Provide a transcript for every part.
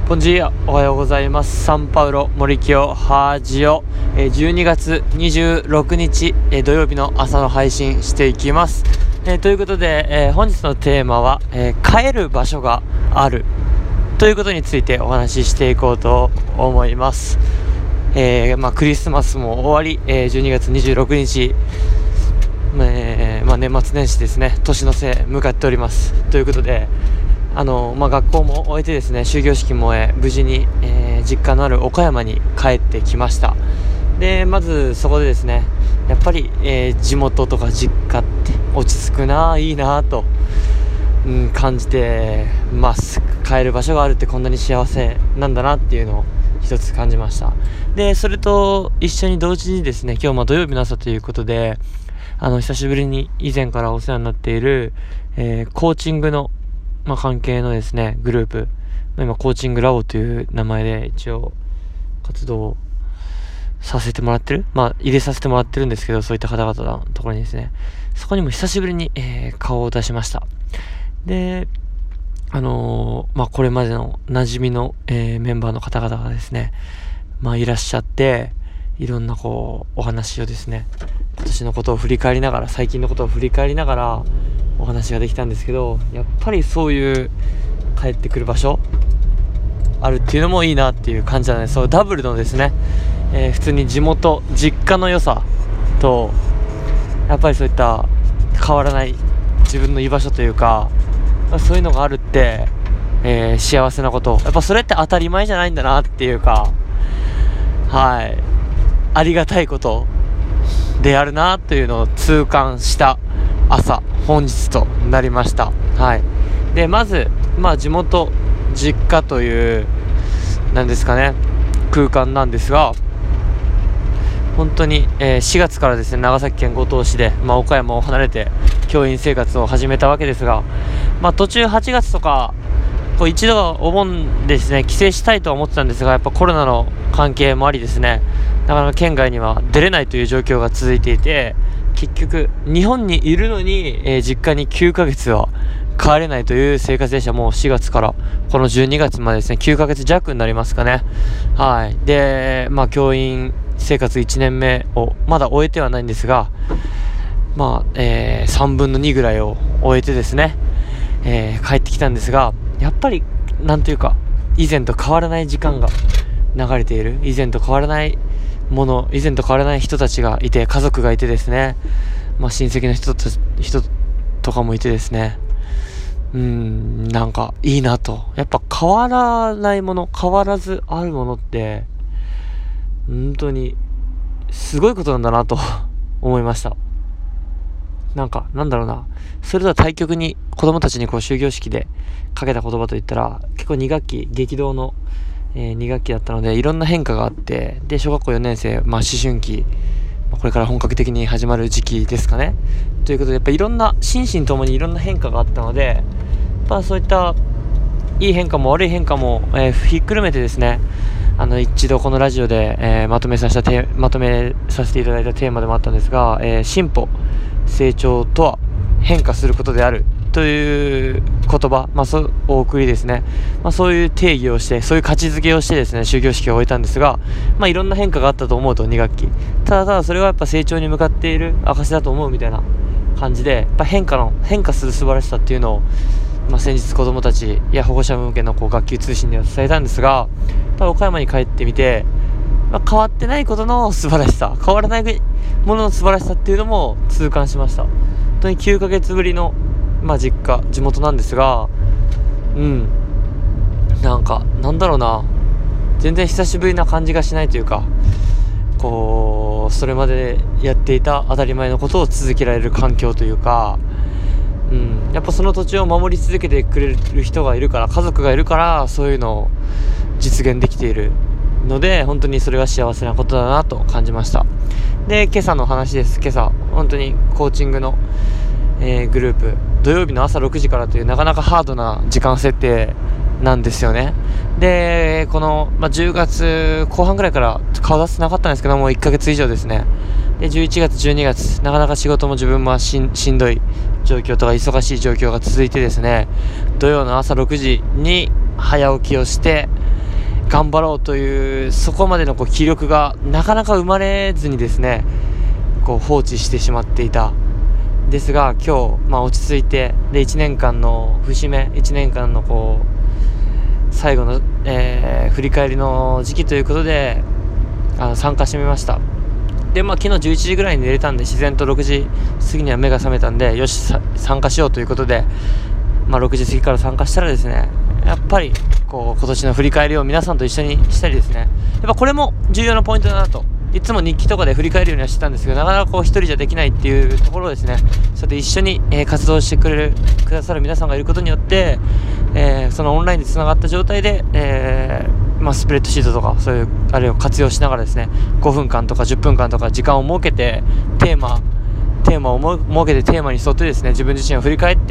ボンジーア、おはようございます。サンパウロ森清ハージオ、12月26日、土曜日の朝の配信していきます。ということで、本日のテーマは、帰る場所があるということについてお話ししていこうと思います。クリスマスも終わり、12月26日、年末年始ですね、年の瀬向かっております。ということで学校も終えてですね、終業式も終え、無事に、実家のある岡山に帰ってきました。で、まずそこでですね、やっぱり、地元とか実家って落ち着くな、いいなと、感じてます。帰る場所があるってこんなに幸せなんだなっていうのを一つ感じました。で、それと一緒に同時にですね、今日土曜日の朝ということで、久しぶりに以前からお世話になっている、コーチングの関係のですねグループ、今コーチングラボという名前で一応活動をさせてもらってる、入れさせてもらってるんですけど、そういった方々のところにですね、そこにも久しぶりに、顔を出しました。で、これまでの馴染みの、メンバーの方々がですね、いらっしゃって、いろんなお話をですね、今年のことを振り返りながら、最近のことを振り返りながらお話ができたんですけど、やっぱりそういう帰ってくる場所あるっていうのもいいなっていう感じなんです。そうダブルのですね、普通に地元実家の良さと、やっぱりそういった変わらない自分の居場所というか、そういうのがあるって、幸せなこと、やっぱそれって当たり前じゃないんだなっていうか、ありがたいことであるなというのを痛感した朝、本日となりました。で、まず、地元実家というなんですかね、空間なんですが、本当に、4月からですね、長崎県五島市で、岡山を離れて教員生活を始めたわけですが、途中8月とか一度はお盆ですね、帰省したいとは思ってたんですが、やっぱコロナの関係もありですね、なかなか県外には出れないという状況が続いていて、結局日本にいるのに、実家に9ヶ月は帰れないという生活でした。もう4月からこの12月までですね、9ヶ月弱になりますかね。で、教員生活1年目をまだ終えてはないんですが、3分の2ぐらいを終えてですね、帰ってきたんですが、やっぱりなんというか、以前と変わらない時間が流れている、以前と変わらないもの、以前と変わらない人たちがいて、家族がいてですね、親戚の人とかもいてですね、なんかいいなと。やっぱ変わらないもの、変わらずあるものって本当にすごいことなんだなと思いました。なんだろうな、それとは対極に子供たちに終業式でかけた言葉といったら、結構2学期激動の、2学期だったので、いろんな変化があって、で小学校4年生、思春期、これから本格的に始まる時期ですかね。ということで、やっぱいろんな心身ともにいろんな変化があったので、やっぱそういったいい変化も悪い変化も、ひっくるめてですね、一度このラジオで、まとめさせていただいたテーマでもあったんですが、進歩成長とは変化することであるという言葉、お送りですね、そういう定義をして、そういう価値づけをしてですね、終業式を終えたんですが、いろんな変化があったと思うと、2学期ただそれはやっぱ成長に向かっている証だと思うみたいな感じで、やっぱ変化する素晴らしさっていうのを、先日子どもたちや保護者向けの学級通信では伝えたんですが、やっぱ岡山に帰ってみて、変わってないことの素晴らしさ、変わらないものの素晴らしさっていうのも痛感しました。本当に9ヶ月ぶりの、地元なんですが、なんだろうな、全然久しぶりな感じがしないというか、それまでやっていた当たり前のことを続けられる環境というか、やっぱその土地を守り続けてくれる人がいるから、家族がいるから、そういうのを実現できているので、本当にそれが幸せなことだなと感じました。で、今朝の話です。今朝本当にコーチングの、グループ、土曜日の朝6時からというなかなかハードな時間設定なんですよね。で、この、10月後半ぐらいから顔出してなかったんですけども、1ヶ月以上ですね。で、11月12月なかなか仕事も自分もしんどい状況とか忙しい状況が続いてですね、土曜の朝6時に早起きをして、 頑張ろうというそこまでの気力がなかなか生まれずにですね、放置してしまっていたですが、今日、落ち着いて、で1年間の節目、1年間の最後の、振り返りの時期ということで参加してみました。で昨日11時ぐらいに寝れたんで、自然と6時過ぎには目が覚めたんで、よし参加しようということで、6時過ぎから参加したらですね、やっぱり今年の振り返りを皆さんと一緒にしたりですね、やっぱこれも重要なポイントだなと、いつも日記とかで振り返るようにはしてたんですけど、なかなか一人じゃできないっていうところをですね、そうやって一緒に、活動してくださる皆さんがいることによって、そのオンラインでつながった状態で、スプレッドシートとかそういうあれを活用しながらですね、5分間とか10分間とか時間を設けてテーマを設けてテーマに沿ってですね、自分自身を振り返って、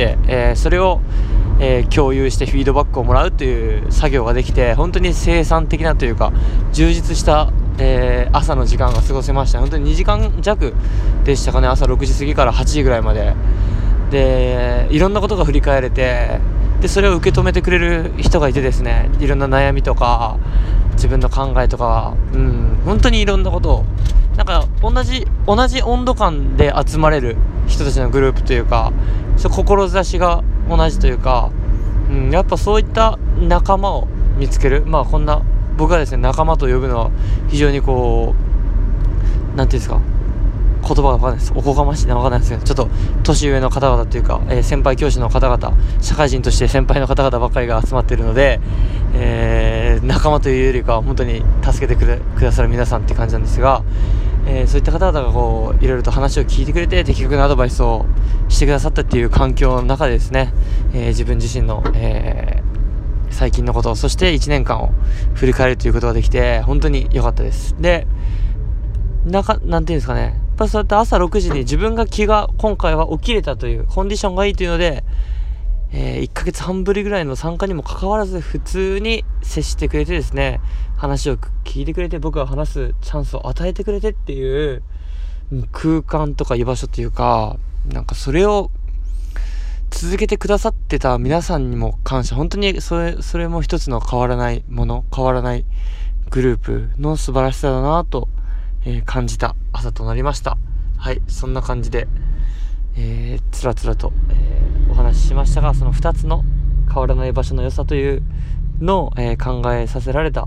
それを、共有してフィードバックをもらうという作業ができて、本当に生産的なというか充実した、朝の時間が過ごせました。本当に2時間弱でしたかね。朝6時過ぎから8時ぐらいまでで、いろんなことが振り返れて、でそれを受け止めてくれる人がいてですね、いろんな悩みとか自分の考えとか、本当にいろんなことを同じ温度感で集まれる人たちのグループというか、志が同じというか、やっぱそういった仲間を見つける、こんな僕がですね仲間と呼ぶのは非常になんていうんですか、言葉が分かんないです。おこがましいな、分かんないですけど、ちょっと年上の方々というか、先輩教師の方々、社会人として先輩の方々ばっかりが集まっているので、仲間というよりかは本当に助けてくださる皆さんって感じなんですが、そういった方々がいろいろと話を聞いてくれて、的確なアドバイスをしてくださったっていう環境の中でですね、自分自身の、最近のこと、そして1年間を振り返るということができて本当に良かったです。で、なんていうんですかね、やっぱそうやって朝6時に自分が今回は起きれたというコンディションがいいというので、1ヶ月半ぶりぐらいの参加にもかかわらず普通に接してくれてですね、話を聞いてくれて、僕が話すチャンスを与えてくれてっていう空間とか居場所というか、それを続けてくださってた皆さんにも感謝。本当にそれも一つの変わらないもの、変わらないグループの素晴らしさだなと、感じた朝となりました。はい、そんな感じで、つらつらと、お話ししましたが、その2つの変わらない場所の良さというのを、考えさせられた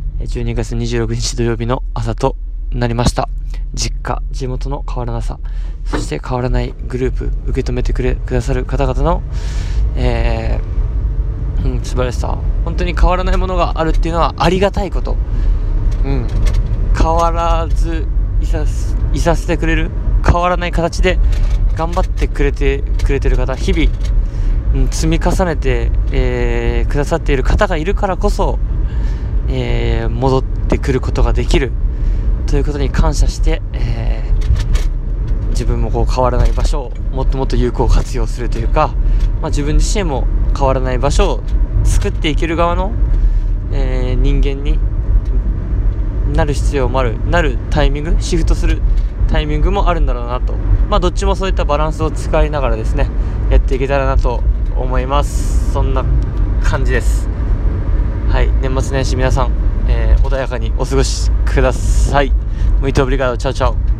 12月26日土曜日の朝となりました。地元の変わらなさ、そして変わらないグループ、受け止めてくださる方々の、素晴らしさ、本当に変わらないものがあるっていうのはありがたいこと。変わらずいさせてくれる、変わらない形で頑張ってくれてる方、日々、積み重ねて、くださっている方がいるからこそ、戻ってくることができるということに感謝して、自分も変わらない場所をもっともっと有効活用するというか、自分自身も変わらない場所を作っていける側の、人間になる必要もある、なるタイミング、シフトするタイミングもあるんだろうなと、どっちもそういったバランスを使いながらですね、やっていけたらなと思います。そんな感じです。はい、年末年始皆さん、穏やかにお過ごしください。Muito obrigado. Tchau, tchau.